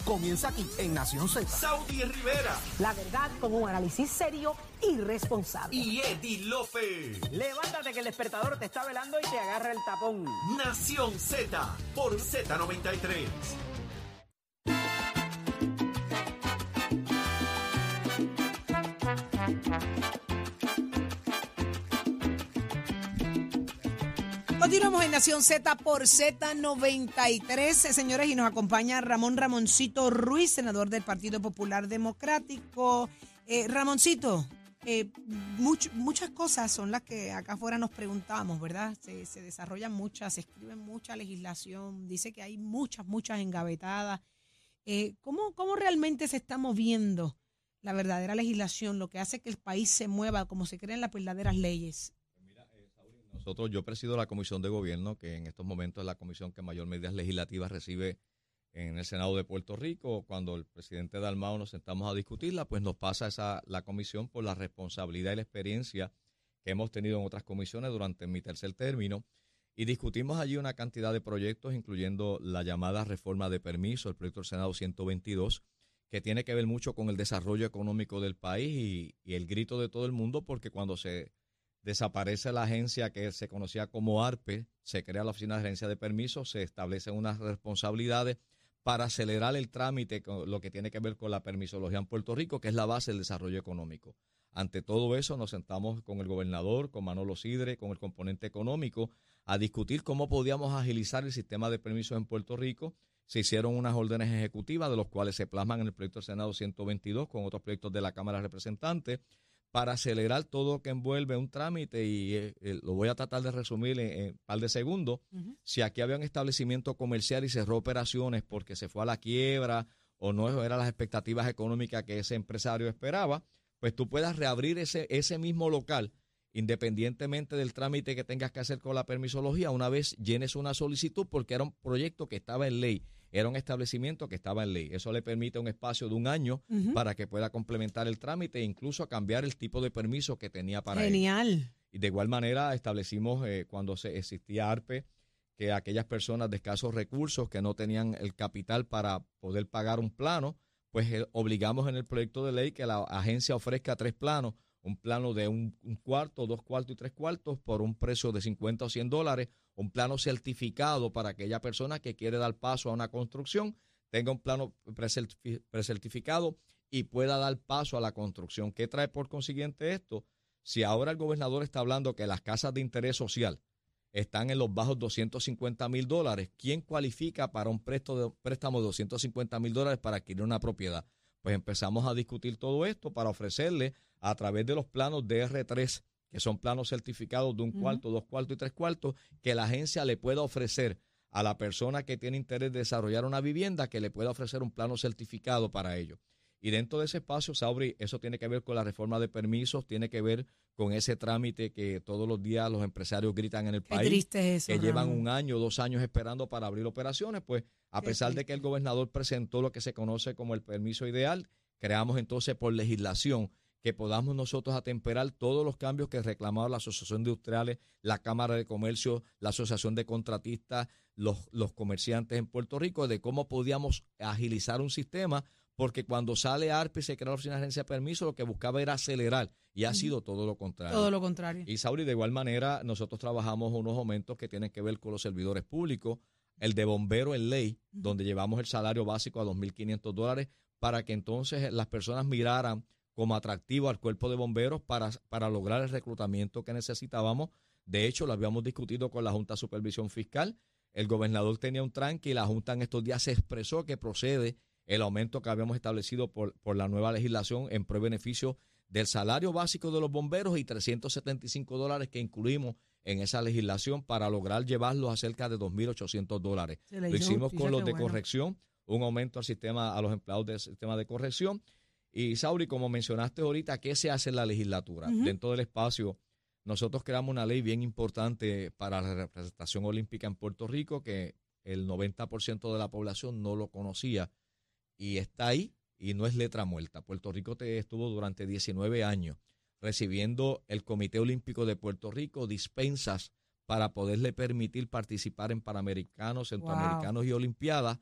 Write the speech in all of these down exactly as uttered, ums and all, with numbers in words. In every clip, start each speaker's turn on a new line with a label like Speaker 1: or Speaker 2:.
Speaker 1: comienza aquí en Nación Z.
Speaker 2: Saudi Rivera.
Speaker 1: La verdad con un análisis serio y responsable.
Speaker 2: Y Eddie López.
Speaker 3: Levántate que el despertador te está velando y te agarra el tapón.
Speaker 2: Nación Z por Z noventa y tres.
Speaker 4: Continuamos en Nación Z por Z noventa y tres, señores, y nos acompaña Ramón Ramoncito Ruiz, senador del Partido Popular Democrático. Eh, Ramoncito, eh, much, muchas cosas son las que acá afuera nos preguntamos, ¿verdad? Se, se desarrollan muchas, se escribe mucha legislación, dice que hay muchas, muchas engavetadas. Eh, ¿cómo, ¿Cómo realmente se está moviendo la verdadera legislación, lo que hace que el país se mueva, como se creen las verdaderas leyes?
Speaker 5: Nosotros, yo presido la Comisión de Gobierno, que en estos momentos es la comisión que mayor medidas legislativas recibe en el Senado de Puerto Rico. Cuando el presidente Dalmau nos sentamos a discutirla, pues nos pasa esa la comisión por la responsabilidad y la experiencia que hemos tenido en otras comisiones durante mi tercer término. Y discutimos allí una cantidad de proyectos, incluyendo la llamada reforma de permiso, el proyecto del Senado ciento veintidós, que tiene que ver mucho con el desarrollo económico del país y, y el grito de todo el mundo, porque cuando se desaparece la agencia que se conocía como ARPE, se crea la Oficina de Gerencia de Permisos, se establecen unas responsabilidades para acelerar el trámite con lo que tiene que ver con la permisología en Puerto Rico, que es la base del desarrollo económico. Ante todo eso, nos sentamos con el gobernador, con Manolo Sidre, con el componente económico, a discutir cómo podíamos agilizar el sistema de permisos en Puerto Rico. Se hicieron unas órdenes ejecutivas, de los cuales se plasman en el proyecto del Senado ciento veintidós, con otros proyectos de la Cámara de Representantes, para acelerar todo lo que envuelve un trámite, y eh, eh, lo voy a tratar de resumir en, en un par de segundos. Uh-huh. Si aquí había un establecimiento comercial y cerró operaciones porque se fue a la quiebra o no eran las expectativas económicas que ese empresario esperaba, pues tú puedas reabrir ese, ese mismo local, independientemente del trámite que tengas que hacer con la permisología, una vez llenes una solicitud, porque era un proyecto que estaba en ley. Era un establecimiento que estaba en ley. Eso le permite un espacio de un año uh-huh. para que pueda complementar el trámite e incluso cambiar el tipo de permiso que tenía para él.
Speaker 4: Genial.
Speaker 5: Y de igual manera establecimos eh, cuando se existía ARPE, que aquellas personas de escasos recursos que no tenían el capital para poder pagar un plano, pues eh, obligamos en el proyecto de ley que la agencia ofrezca tres planos, un plano de un, un cuarto, dos cuartos y tres cuartos por un precio de cincuenta o cien dólares, un plano certificado para aquella persona que quiere dar paso a una construcción, tenga un plano precertificado y pueda dar paso a la construcción. ¿Qué trae por consiguiente esto? Si ahora el gobernador está hablando que las casas de interés social están en los bajos doscientos cincuenta mil dólares, ¿quién cualifica para un préstamo de, préstamo de doscientos cincuenta mil dólares para adquirir una propiedad? Pues empezamos a discutir todo esto para ofrecerle a través de los planos D R tres, que son planos certificados de un uh-huh. cuarto, dos cuartos y tres cuartos, que la agencia le pueda ofrecer a la persona que tiene interés de desarrollar una vivienda, que le pueda ofrecer un plano certificado para ello. Y dentro de ese espacio, Sauri, eso tiene que ver con la reforma de permisos, tiene que ver con ese trámite que todos los días los empresarios gritan en el
Speaker 4: Qué
Speaker 5: país,
Speaker 4: triste es eso,
Speaker 5: que
Speaker 4: Ramón.
Speaker 5: llevan un año, dos años esperando para abrir operaciones. Pues a Qué pesar triste. de que el gobernador presentó lo que se conoce como el permiso ideal, creamos entonces por legislación que podamos nosotros atemperar todos los cambios que reclamaba la Asociación de Industriales, la Cámara de Comercio, la Asociación de Contratistas, los, los comerciantes en Puerto Rico, de cómo podíamos agilizar un sistema, porque cuando sale ARPE y se crea la Oficina de Agencia de Permiso, lo que buscaba era acelerar, y ha uh-huh. sido todo lo contrario.
Speaker 4: Todo lo contrario.
Speaker 5: Y, Sauri, de igual manera, nosotros trabajamos unos aumentos que tienen que ver con los servidores públicos, el de bombero en ley, uh-huh. donde llevamos el salario básico a dos mil quinientos dólares, para que entonces las personas miraran como atractivo al cuerpo de bomberos para, para lograr el reclutamiento que necesitábamos. De hecho, lo habíamos discutido con la Junta de Supervisión Fiscal. El gobernador tenía un tranque y la Junta en estos días se expresó que procede el aumento que habíamos establecido por, por la nueva legislación en pro y beneficio del salario básico de los bomberos y trescientos setenta y cinco dólares que incluimos en esa legislación para lograr llevarlos a cerca de dos mil ochocientos dólares. Lo hicimos con los de bueno. corrección, un aumento al sistema, a los empleados del sistema de corrección. Y, Sauri, como mencionaste ahorita, ¿qué se hace en la legislatura? Uh-huh. Dentro del espacio, nosotros creamos una ley bien importante para la representación olímpica en Puerto Rico, que el noventa por ciento de la población no lo conocía, y está ahí, y no es letra muerta. Puerto Rico te estuvo durante diecinueve años recibiendo el Comité Olímpico de Puerto Rico dispensas para poderle permitir participar en Panamericanos, Centroamericanos wow. y Olimpiadas,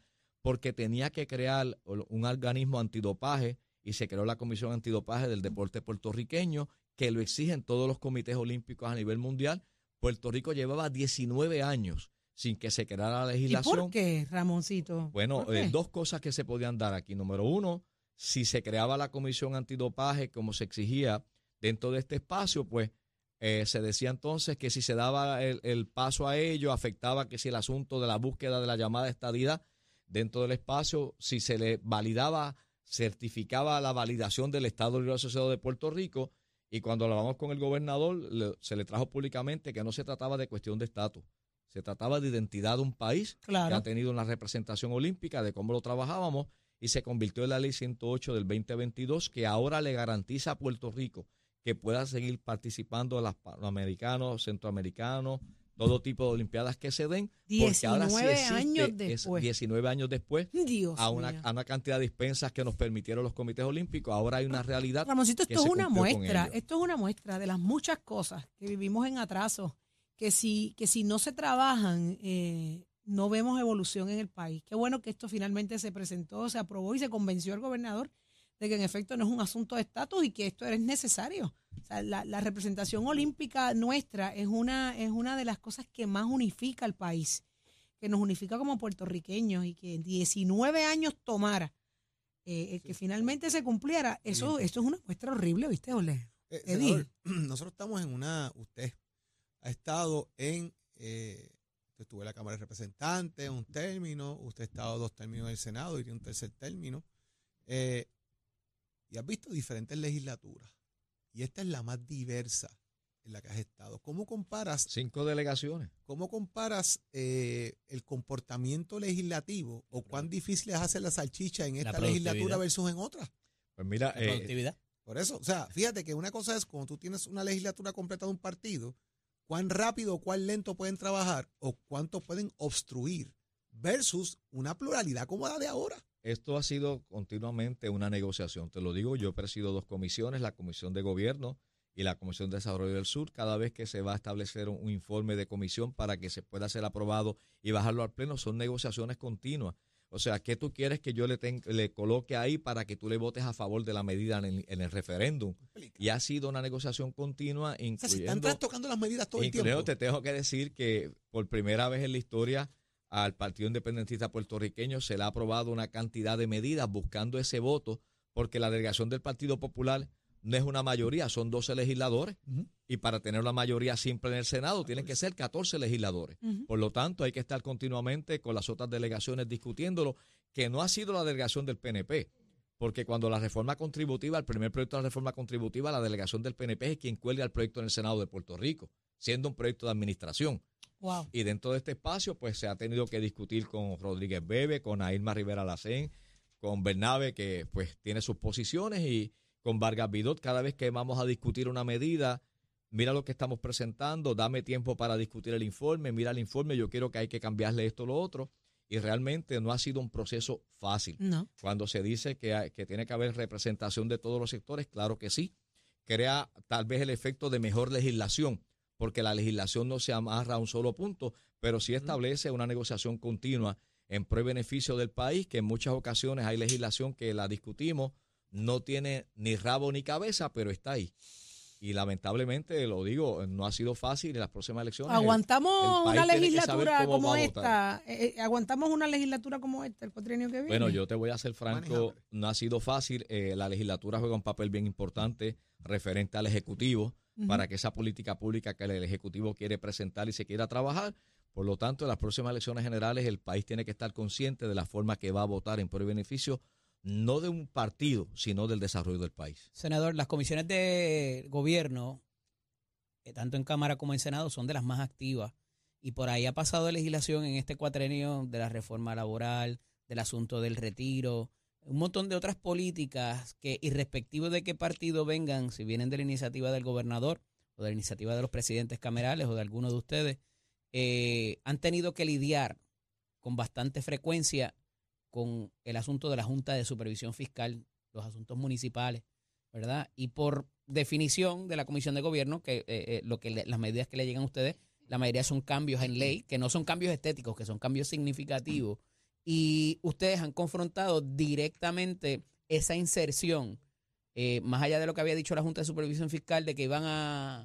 Speaker 5: porque tenía que crear un organismo antidopaje y se creó la Comisión Antidopaje del Deporte Puertorriqueño, que lo exigen todos los comités olímpicos a nivel mundial. Puerto Rico llevaba diecinueve años sin que se creara la legislación.
Speaker 4: ¿Y por qué, Ramoncito?
Speaker 5: Bueno, eh, dos cosas que se podían dar aquí. Número uno, si se creaba la Comisión Antidopaje como se exigía dentro de este espacio, pues eh, se decía entonces que si se daba el, el paso a ello, afectaba que si el asunto de la búsqueda de la llamada estadidad dentro del espacio, si se le validaba, certificaba la validación del Estado Libre Asociado de Puerto Rico, y cuando hablamos con el gobernador, le, se le trajo públicamente que no se trataba de cuestión de estatus, se trataba de identidad de un país
Speaker 4: claro.
Speaker 5: que ha tenido una representación olímpica, de cómo lo trabajábamos, y se convirtió en la ley ciento ocho del veinte veintidós, que ahora le garantiza a Puerto Rico que pueda seguir participando de los panamericanos, centroamericanos, todo tipo de olimpiadas que se den, porque ahora sí existe,
Speaker 4: años después.
Speaker 5: diecinueve años después,
Speaker 4: Dios
Speaker 5: a una, a una cantidad de dispensas que nos permitieron los comités olímpicos, ahora hay una realidad.
Speaker 4: Ramoncito,
Speaker 5: que
Speaker 4: esto
Speaker 5: se
Speaker 4: es una muestra,
Speaker 5: con
Speaker 4: esto es una muestra de las muchas cosas que vivimos en atraso, que si, que si no se trabajan, eh, no vemos evolución en el país. Qué bueno que esto finalmente se presentó, se aprobó y se convenció al gobernador de que en efecto no es un asunto de estatus y que esto es necesario. O sea, la, la representación olímpica nuestra es una, es una de las cosas que más unifica al país, que nos unifica como puertorriqueños, y que en diecinueve años tomara, eh, que finalmente se cumpliera. Eso, esto es una muestra horrible, ¿viste, Ole?
Speaker 6: Eh, senador, nosotros estamos en una, usted ha estado en, eh, usted estuvo en la Cámara de Representantes, un término, usted ha estado dos términos en el Senado y tiene un tercer término, eh, y has visto diferentes legislaturas, y esta es la más diversa en la que has estado. ¿Cómo comparas?
Speaker 5: Cinco delegaciones.
Speaker 6: ¿Cómo comparas eh, el comportamiento legislativo o cuán difícil es hacer la salchicha en esta legislatura versus en otras?
Speaker 5: Pues mira,
Speaker 7: la productividad.
Speaker 6: Eh, por eso, o sea, fíjate que una cosa es cuando tú tienes una legislatura completa de un partido, cuán rápido o cuán lento pueden trabajar o cuánto pueden obstruir versus una pluralidad como la de ahora.
Speaker 5: Esto ha sido continuamente una negociación. Te lo digo, yo presido dos comisiones, la Comisión de Gobierno y la Comisión de Desarrollo del Sur. Cada vez que se va a establecer un, un informe de comisión para que se pueda ser aprobado y bajarlo al pleno, son negociaciones continuas. O sea, ¿qué tú quieres que yo le, ten, le coloque ahí para que tú le votes a favor de la medida en el, en el referéndum? Y ha sido una negociación continua, incluyendo... O sea,
Speaker 6: se están trastocando las medidas todo el tiempo.
Speaker 5: Te tengo que decir que por primera vez en la historia al Partido Independentista Puertorriqueño se le ha aprobado una cantidad de medidas buscando ese voto, porque la delegación del Partido Popular no es una mayoría, son doce legisladores, uh-huh. y para tener la mayoría simple en el Senado tienen que ser catorce legisladores. Uh-huh. Por lo tanto, hay que estar continuamente con las otras delegaciones discutiéndolo, que no ha sido la delegación del P N P, porque cuando la reforma contributiva, el primer proyecto de la reforma contributiva, la delegación del P N P es quien cuelga el proyecto en el Senado de Puerto Rico, siendo un proyecto de administración.
Speaker 4: Wow.
Speaker 5: Y dentro de este espacio, pues se ha tenido que discutir con Rodríguez Bebe, con Ailma Rivera Lacén, con Bernabe, que pues tiene sus posiciones, y con Vargas Vidot. Cada vez que vamos a discutir una medida, mira lo que estamos presentando, dame tiempo para discutir el informe, mira el informe, yo quiero que hay que cambiarle esto o lo otro. Y realmente no ha sido un proceso fácil.
Speaker 4: No.
Speaker 5: Cuando se dice que, hay, que tiene que haber representación de todos los sectores, claro que sí. Crea tal vez el efecto de mejor legislación, porque la legislación no se amarra a un solo punto, pero sí establece una negociación continua en pro y beneficio del país, que en muchas ocasiones hay legislación que la discutimos, no tiene ni rabo ni cabeza, pero está ahí. Y lamentablemente, lo digo, no ha sido fácil en las próximas elecciones.
Speaker 4: Aguantamos el, el una legislatura como esta, eh, aguantamos una legislatura como esta el cuatrienio que viene.
Speaker 5: Bueno, yo te voy a ser franco, no ha sido fácil. Eh, la legislatura juega un papel bien importante referente al Ejecutivo, uh-huh. para que esa política pública que el Ejecutivo quiere presentar y se quiera trabajar. Por lo tanto, en las próximas elecciones generales el país tiene que estar consciente de la forma que va a votar en pro y beneficio, no de un partido, sino del desarrollo del país.
Speaker 7: Senador, las comisiones de gobierno, tanto en Cámara como en Senado, son de las más activas. Y por ahí ha pasado legislación en este cuatrenio de la reforma laboral, del asunto del retiro, un montón de otras políticas que, irrespectivo de qué partido vengan, si vienen de la iniciativa del gobernador o de la iniciativa de los presidentes camerales o de alguno de ustedes, eh, han tenido que lidiar con bastante frecuencia con el asunto de la Junta de Supervisión Fiscal, los asuntos municipales, ¿verdad? Y por definición de la Comisión de Gobierno, que eh, eh, lo que le, las medidas que le llegan a ustedes, la mayoría son cambios en ley, que no son cambios estéticos, que son cambios significativos. y ustedes han confrontado directamente esa inserción, eh, más allá de lo que había dicho la Junta de Supervisión Fiscal, de que iban a,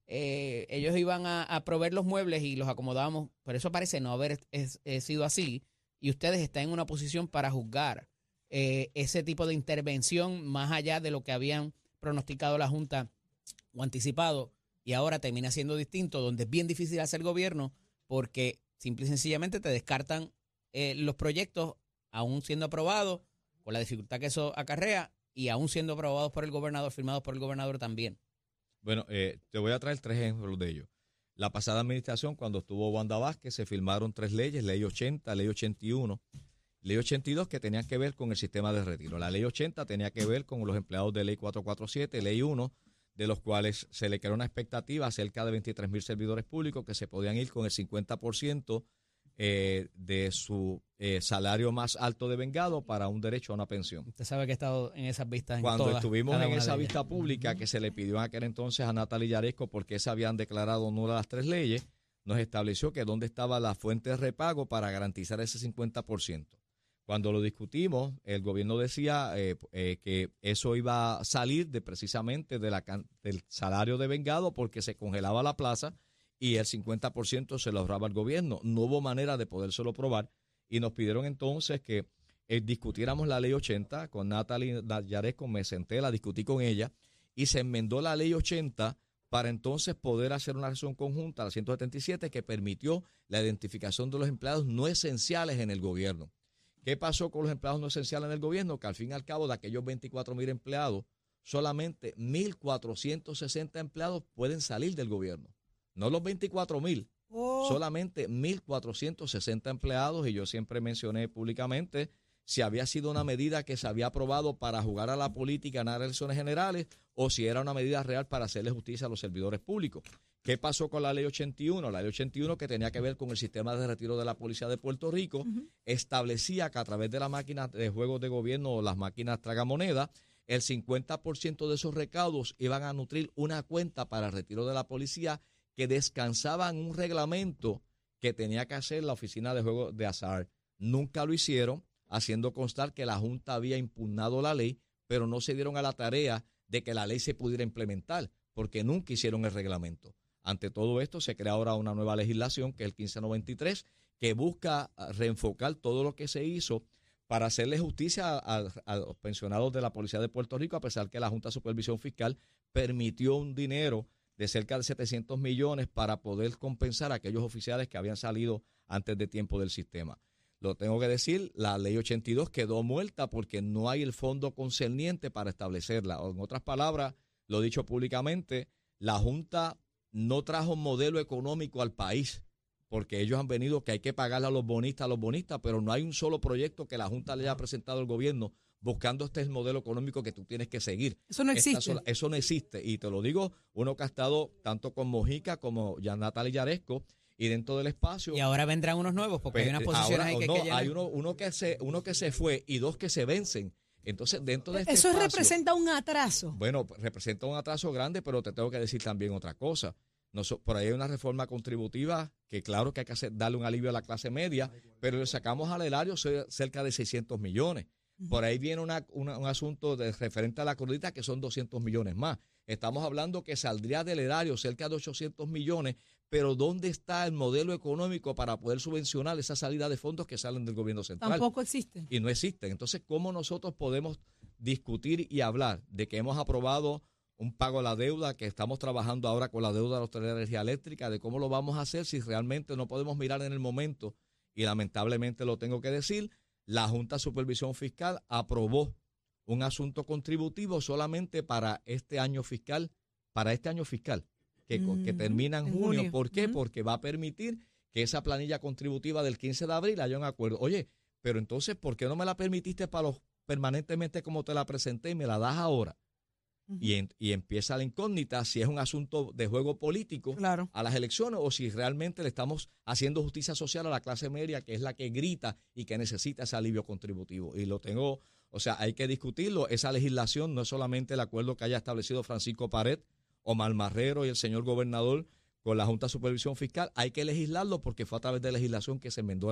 Speaker 7: eh, ellos iban a, a proveer los muebles y los acomodábamos, pero eso parece no haber es, es sido así, y ustedes están en una posición para juzgar eh, ese tipo de intervención más allá de lo que habían pronosticado la Junta o anticipado, y ahora termina siendo distinto, donde es bien difícil hacer gobierno porque simple y sencillamente te descartan eh, los proyectos aún siendo aprobados, con la dificultad que eso acarrea, y aún siendo aprobados por el gobernador, firmados por el gobernador también.
Speaker 5: Bueno, eh, te voy a traer tres ejemplos de ellos. La pasada administración, cuando estuvo Wanda Vázquez, se firmaron tres leyes, ley ochenta, ley ochenta y uno, ley ochenta y dos, que tenían que ver con el sistema de retiro. La ley ochenta tenía que ver con los empleados de ley cuatrocientos cuarenta y siete, ley uno, de los cuales se le creó una expectativa a cerca de veintitrés mil servidores públicos que se podían ir con el cincuenta por ciento eh, de su eh, salario más alto de vengado para un derecho a una pensión.
Speaker 7: Usted sabe que he estado en esas vistas. En
Speaker 5: Cuando
Speaker 7: todas,
Speaker 5: estuvimos
Speaker 7: cada
Speaker 5: en
Speaker 7: una
Speaker 5: esa
Speaker 7: de ellas.
Speaker 5: vista pública que se le pidió en aquel entonces a Natalia Yaresco porque se habían declarado nulas las tres leyes, nos estableció que dónde estaba la fuente de repago para garantizar ese cincuenta por ciento. Cuando lo discutimos, el gobierno decía eh, eh, que eso iba a salir de precisamente de la, del salario de vengado porque se congelaba la plaza y el cincuenta por ciento se lo ahorraba el gobierno. No hubo manera de podérselo probar y nos pidieron entonces que eh, discutiéramos la ley ochenta con Natalia Yaresco, me senté, la discutí con ella y se enmendó la ley ochenta para entonces poder hacer una acción conjunta, la ciento setenta y siete, que permitió la identificación de los empleados no esenciales en el gobierno. ¿Qué pasó con los empleados no esenciales en el gobierno? Que al fin y al cabo de aquellos veinticuatro mil empleados, solamente mil cuatrocientos sesenta empleados pueden salir del gobierno. No los veinticuatro mil, oh. solamente mil cuatrocientos sesenta empleados. Y yo siempre mencioné públicamente si había sido una medida que se había aprobado para jugar a la política en las elecciones generales o si era una medida real para hacerle justicia a los servidores públicos. ¿Qué pasó con la ley ochenta y uno? La ley ochenta y uno, que tenía que ver con el sistema de retiro de la Policía de Puerto Rico, uh-huh. establecía que a través de las máquinas de juegos de gobierno o las máquinas tragamonedas, el cincuenta por ciento de esos recaudos iban a nutrir una cuenta para el retiro de la policía que descansaba en un reglamento que tenía que hacer la Oficina de Juegos de Azar. Nunca lo hicieron, haciendo constar que la Junta había impugnado la ley, pero no se dieron a la tarea de que la ley se pudiera implementar, porque nunca hicieron el reglamento. Ante todo esto, se crea ahora una nueva legislación, que es el quince noventa y tres, que busca reenfocar todo lo que se hizo para hacerle justicia a, a, a los pensionados de la Policía de Puerto Rico, a pesar que la Junta de Supervisión Fiscal permitió un dinero de cerca de setecientos millones para poder compensar a aquellos oficiales que habían salido antes de tiempo del sistema. Lo tengo que decir, la ley ochenta y dos quedó muerta porque no hay el fondo concerniente para establecerla. O en otras palabras, lo he dicho públicamente, la Junta no trajo un modelo económico al país, porque ellos han venido que hay que pagarle a los bonistas, a los bonistas, pero no hay un solo proyecto que la Junta le haya presentado al gobierno buscando este es el modelo económico que tú tienes que seguir.
Speaker 4: Eso no existe.
Speaker 5: Sola, eso no existe, y te lo digo, uno que ha estado tanto con Mojica como ya Natalia Yaresco, y dentro del espacio.
Speaker 7: Y ahora vendrán unos nuevos, porque pues, hay unas posiciones
Speaker 5: ahora,
Speaker 7: ahí que,
Speaker 5: no,
Speaker 7: que llenar.
Speaker 5: hay uno, uno, que se, uno que se fue y dos que se vencen. Entonces, dentro de este
Speaker 4: Eso
Speaker 5: espacio,
Speaker 4: representa un atraso.
Speaker 5: Bueno, representa un atraso grande, pero te tengo que decir también otra cosa. No, por ahí hay una reforma contributiva que claro que hay que hacer, darle un alivio a la clase media, pero le sacamos al erario cerca de seiscientos millones. Por ahí viene una, una, un asunto de, referente a la crudita que son doscientos millones más. Estamos hablando que saldría del erario cerca de ochocientos millones, pero ¿dónde está el modelo económico para poder subvencionar esa salida de fondos que salen del gobierno central?
Speaker 4: Tampoco existen.
Speaker 5: Y no existen. Entonces, ¿cómo nosotros podemos discutir y hablar de que hemos aprobado un pago a la deuda, que estamos trabajando ahora con la deuda de la energía eléctrica, de cómo lo vamos a hacer si realmente no podemos mirar en el momento? Y lamentablemente lo tengo que decir, la Junta de Supervisión Fiscal aprobó un asunto contributivo solamente para este año fiscal, para este año fiscal, que, mm, que termina en, en junio. junio. ¿Por qué? Mm. Porque va a permitir que esa planilla contributiva del quince de abril haya un acuerdo. Oye, pero entonces, ¿por qué no me la permitiste para los permanentemente como te la presenté y me la das ahora? Uh-huh. Y, en, y empieza la incógnita si es un asunto de juego político
Speaker 4: claro.
Speaker 5: a las elecciones o si realmente le estamos haciendo justicia social a la clase media, que es la que grita y que necesita ese alivio contributivo. Y lo tengo, o sea, hay que discutirlo. Esa legislación no es solamente el acuerdo que haya establecido Francisco Pared, Omar Marrero y el señor gobernador con la Junta de Supervisión Fiscal. Hay que legislarlo porque fue a través de legislación que se enmendó la,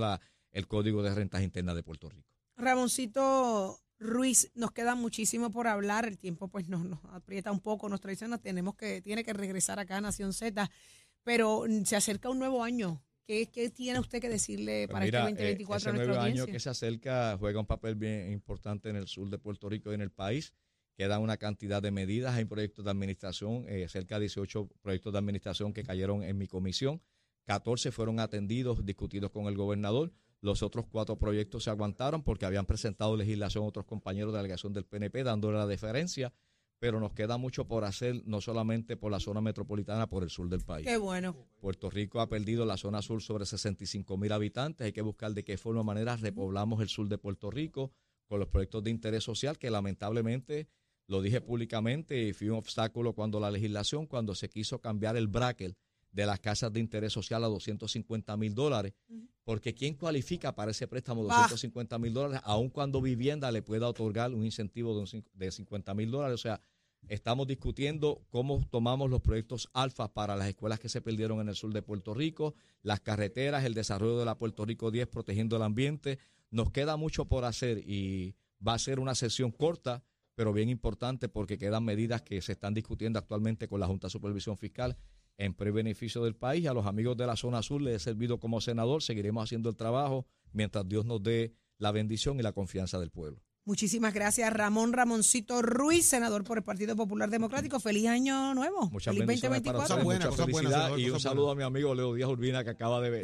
Speaker 5: el Código de Rentas Internas de Puerto Rico.
Speaker 4: Ramoncito Ruiz, nos queda muchísimo por hablar, el tiempo pues nos, nos aprieta un poco, nos traiciona, tenemos que, tiene que regresar acá a Nación Z, pero se acerca un nuevo año. ¿Qué, qué tiene usted que decirle
Speaker 5: Pues
Speaker 4: para
Speaker 5: mira,
Speaker 4: este veinte veinticuatro
Speaker 5: eh,
Speaker 4: a
Speaker 5: ese
Speaker 4: nuestra
Speaker 5: nuevo
Speaker 4: audiencia?
Speaker 5: año que se acerca juega un papel bien importante en el sur de Puerto Rico y en el país. Quedan una cantidad de medidas, hay proyectos de administración, eh, cerca de dieciocho proyectos de administración que cayeron en mi comisión, catorce fueron atendidos, discutidos con el gobernador, los otros cuatro proyectos se aguantaron porque habían presentado legislación otros compañeros de delegación del P N P dándole la deferencia, pero nos queda mucho por hacer, no solamente por la zona metropolitana, por el sur del país.
Speaker 4: Qué bueno.
Speaker 5: Puerto Rico ha perdido la zona sur sobre sesenta y cinco mil habitantes, hay que buscar de qué forma o manera repoblamos el sur de Puerto Rico con los proyectos de interés social que lamentablemente, lo dije públicamente, fue un obstáculo cuando la legislación, cuando se quiso cambiar el bracket de las casas de interés social a doscientos cincuenta mil dólares, porque ¿quién cualifica para ese préstamo de doscientos cincuenta mil dólares, aun cuando vivienda le pueda otorgar un incentivo de, de cincuenta mil dólares? O sea, estamos discutiendo cómo tomamos los proyectos alfa para las escuelas que se perdieron en el sur de Puerto Rico, las carreteras, el desarrollo de la Puerto Rico diez, protegiendo el ambiente. Nos queda mucho por hacer y va a ser una sesión corta, pero bien importante porque quedan medidas que se están discutiendo actualmente con la Junta de Supervisión Fiscal en pro y beneficio del país. A los amigos de la zona sur les he servido como senador, seguiremos haciendo el trabajo mientras Dios nos dé la bendición y la confianza del pueblo.
Speaker 4: Muchísimas gracias, Ramón Ramoncito Ruiz, senador por el Partido Popular Democrático. Feliz año nuevo.
Speaker 5: Muchas
Speaker 4: Feliz
Speaker 5: bendiciones para ustedes,
Speaker 6: buena,
Speaker 5: mucha felicidad
Speaker 6: buenas, senador,
Speaker 5: y un
Speaker 6: cosas
Speaker 5: saludo
Speaker 6: buenas.
Speaker 5: a mi amigo Leo Díaz Urbina que acaba de ver.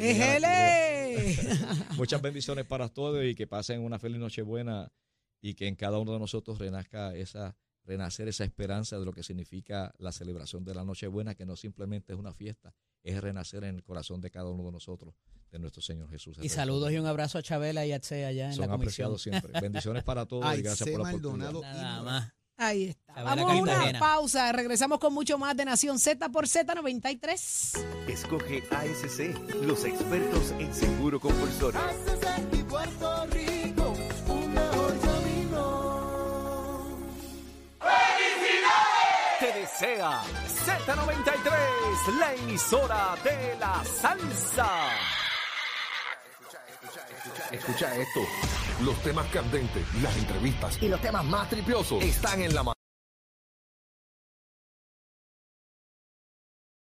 Speaker 4: ¡Ejele!
Speaker 5: Muchas bendiciones para todos y que pasen una feliz Nochebuena y que en cada uno de nosotros renazca esa renacer esa esperanza de lo que significa la celebración de la Nochebuena, que no simplemente es una fiesta, es renacer en el corazón de cada uno de nosotros, de nuestro Señor Jesús.
Speaker 7: Y saludos y un abrazo a Chabela y a Tse allá en
Speaker 5: Son
Speaker 7: la comisión.
Speaker 5: apreciados siempre. Bendiciones para todos y gracias
Speaker 6: Aitse
Speaker 5: por la
Speaker 6: Maldonado
Speaker 5: oportunidad.
Speaker 7: Nada más.
Speaker 4: Ahí está.
Speaker 7: Chabela
Speaker 4: Vamos a una
Speaker 7: Cartagena.
Speaker 4: pausa. Regresamos con mucho más de Nación Z por Z noventa y tres.
Speaker 2: Escoge A S C, los expertos en seguro compulsorio. Te desea Z noventa y tres, la emisora de la salsa.
Speaker 8: Escucha esto. Los temas candentes, las entrevistas y los temas más tripiosos están en la mano.